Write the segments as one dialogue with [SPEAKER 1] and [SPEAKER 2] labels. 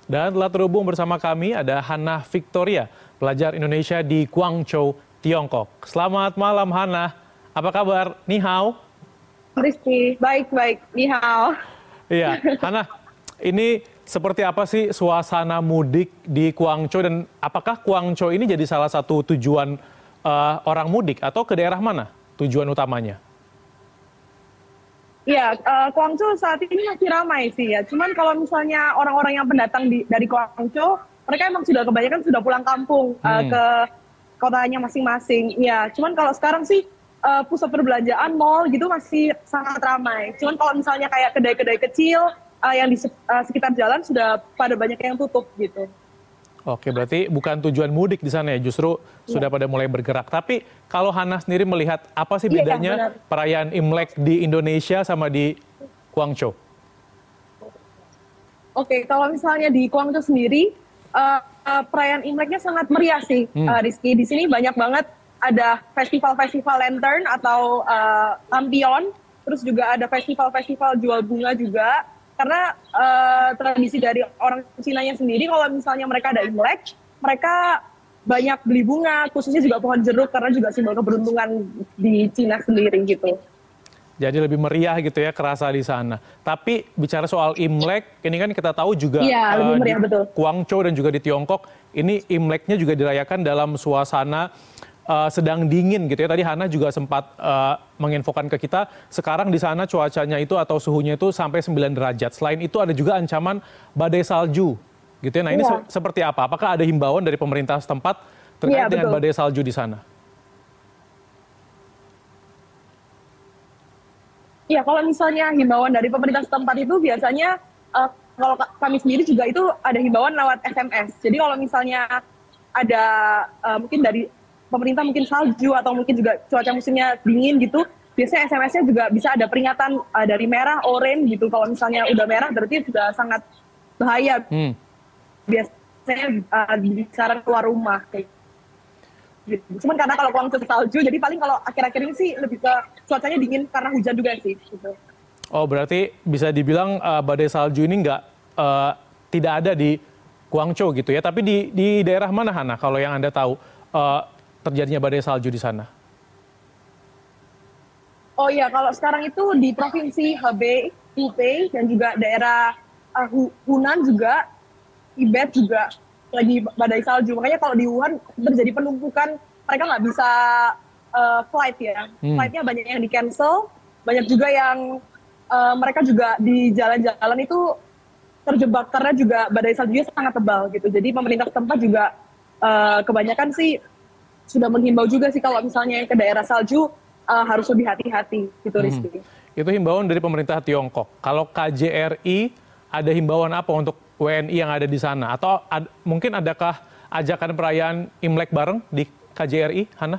[SPEAKER 1] Dan telah terhubung bersama kami ada Hannah Victoria, pelajar Indonesia di Guangzhou, Tiongkok. Selamat malam Hannah, apa kabar? Ni hao.
[SPEAKER 2] Rizky, baik-baik. Ni hao.
[SPEAKER 1] Iya, Hannah, ini seperti apa sih suasana mudik di Guangzhou dan apakah Guangzhou ini jadi salah satu tujuan orang mudik atau ke daerah mana tujuan utamanya?
[SPEAKER 2] Iya, Guangzhou saat ini masih ramai sih ya. Cuman kalau misalnya orang-orang yang pendatang dari Guangzhou, mereka emang sudah kebanyakan sudah pulang kampung ke kotanya masing-masing. Ya, cuman kalau sekarang sih pusat perbelanjaan, mall gitu masih sangat ramai. Cuman kalau misalnya kayak kedai-kedai kecil yang di sekitar jalan sudah pada banyak yang tutup gitu.
[SPEAKER 1] Oke, berarti bukan tujuan mudik di sana ya, justru sudah pada mulai bergerak. Tapi kalau Hannah sendiri melihat apa sih bedanya perayaan Imlek di Indonesia sama di Guangzhou?
[SPEAKER 2] Oke, kalau misalnya di Guangzhou sendiri, perayaan Imleknya sangat meriah sih, Rizky. Di sini banyak banget ada festival-festival lantern atau lampion, terus juga ada festival-festival jual bunga juga. Karena tradisi dari orang Cinanya sendiri, kalau misalnya mereka ada Imlek, mereka banyak beli bunga, khususnya juga pohon jeruk, karena juga simbol keberuntungan di Cina sendiri gitu.
[SPEAKER 1] Jadi lebih meriah gitu ya, kerasa di sana. Tapi bicara soal Imlek, ini kan kita tahu juga
[SPEAKER 2] lebih meriah, betul.
[SPEAKER 1] Guangzhou dan juga di Tiongkok, ini Imleknya juga dirayakan dalam suasana sedang dingin gitu ya. Tadi Hannah juga sempat menginfokan ke kita, sekarang di sana cuacanya itu atau suhunya itu sampai 9 derajat. Selain itu ada juga ancaman badai salju gitu ya. Nah ini seperti apa? Apakah ada himbauan dari pemerintah setempat terkait dengan badai salju di sana?
[SPEAKER 2] Iya, kalau misalnya himbauan dari pemerintah setempat itu biasanya kalau kami sendiri juga itu ada himbauan lewat SMS. Jadi kalau misalnya ada mungkin dari pemerintah mungkin salju atau mungkin juga cuaca musimnya dingin gitu, biasanya SMS-nya juga bisa ada peringatan dari merah, oranye gitu. Kalau misalnya udah merah berarti sudah sangat bahaya. Biasanya disaran keluar rumah kayak gitu. Cuman karena kalau Guangzhou salju, jadi paling kalau akhir-akhir ini sih lebih ke cuacanya dingin karena hujan juga sih gitu.
[SPEAKER 1] Oh, berarti bisa dibilang badai salju ini tidak ada di Guangzhou gitu ya. Tapi di daerah mana Hannah kalau yang Anda tahu terjadinya badai salju di sana?
[SPEAKER 2] Oh iya, kalau sekarang itu di provinsi Hebei, Hubei, dan juga daerah Hunan juga, Tibet juga lagi badai salju. Makanya kalau di Wuhan terjadi penumpukan, mereka nggak bisa flight ya. Flightnya banyak yang di-cancel, banyak juga yang mereka juga di jalan-jalan itu terjebak karena juga badai saljunya sangat tebal gitu. Jadi pemerintah setempat juga kebanyakan sih sudah menghimbau juga sih kalau misalnya ke daerah salju harus lebih hati-hati gitu Rizky.
[SPEAKER 1] Itu himbauan dari pemerintah Tiongkok. Kalau KJRI ada himbauan apa untuk WNI yang ada di sana? Atau mungkin adakah ajakan perayaan Imlek bareng di KJRI, Hannah?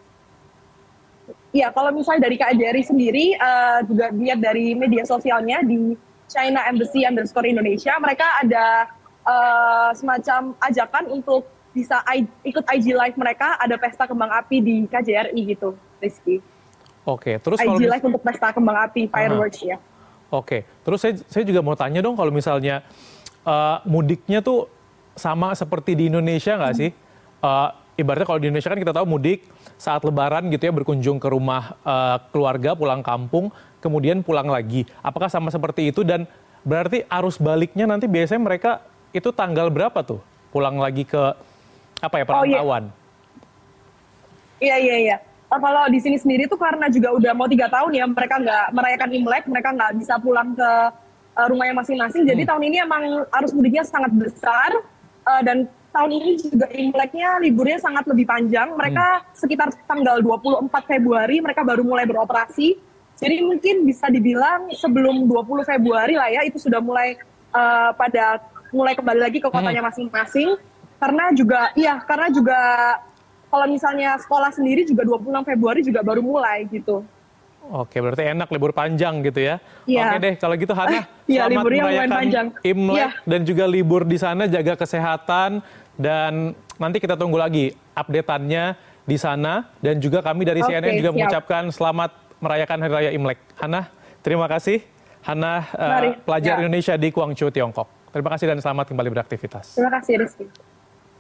[SPEAKER 2] Iya, kalau misalnya dari KJRI sendiri juga lihat dari media sosialnya di China Embassy _Indonesia, mereka ada semacam ajakan untuk bisa ikut IG Live mereka, ada pesta kembang api di KJRI gitu, Rizky.
[SPEAKER 1] Oke, terus
[SPEAKER 2] IG Live untuk pesta kembang api, fireworks ya.
[SPEAKER 1] Oke, terus saya juga mau tanya dong kalau misalnya mudiknya tuh sama seperti di Indonesia nggak sih? Ibaratnya kalau di Indonesia kan kita tahu mudik saat Lebaran gitu ya, berkunjung ke rumah keluarga, pulang kampung, kemudian pulang lagi. Apakah sama seperti itu dan berarti arus baliknya nanti biasanya mereka itu tanggal berapa tuh? Pulang lagi ke perantauan.
[SPEAKER 2] Iya. Kalau di sini sendiri tuh karena juga udah mau 3 tahun ya mereka nggak merayakan Imlek, mereka nggak bisa pulang ke rumahnya masing-masing. Jadi tahun ini emang arus mudiknya sangat besar dan tahun ini juga Imleknya liburnya sangat lebih panjang. Mereka sekitar tanggal 24 Februari mereka baru mulai beroperasi. Jadi mungkin bisa dibilang sebelum 20 Februari lah ya itu sudah mulai mulai kembali lagi ke kotanya masing-masing. Karena juga kalau misalnya sekolah sendiri juga 26 Februari juga baru mulai gitu.
[SPEAKER 1] Oke, berarti enak libur panjang gitu ya.
[SPEAKER 2] Oke
[SPEAKER 1] deh, kalau gitu Hannah,
[SPEAKER 2] selamat
[SPEAKER 1] merayakan Imlek dan juga libur di sana, jaga kesehatan, dan nanti kita tunggu lagi update-annya di sana. Dan juga kami dari CNN juga mengucapkan selamat merayakan Hari Raya Imlek. Hannah, terima kasih. Hannah, pelajar Indonesia di Guangzhou, Tiongkok. Terima kasih dan selamat kembali beraktivitas.
[SPEAKER 2] Terima kasih Rizky.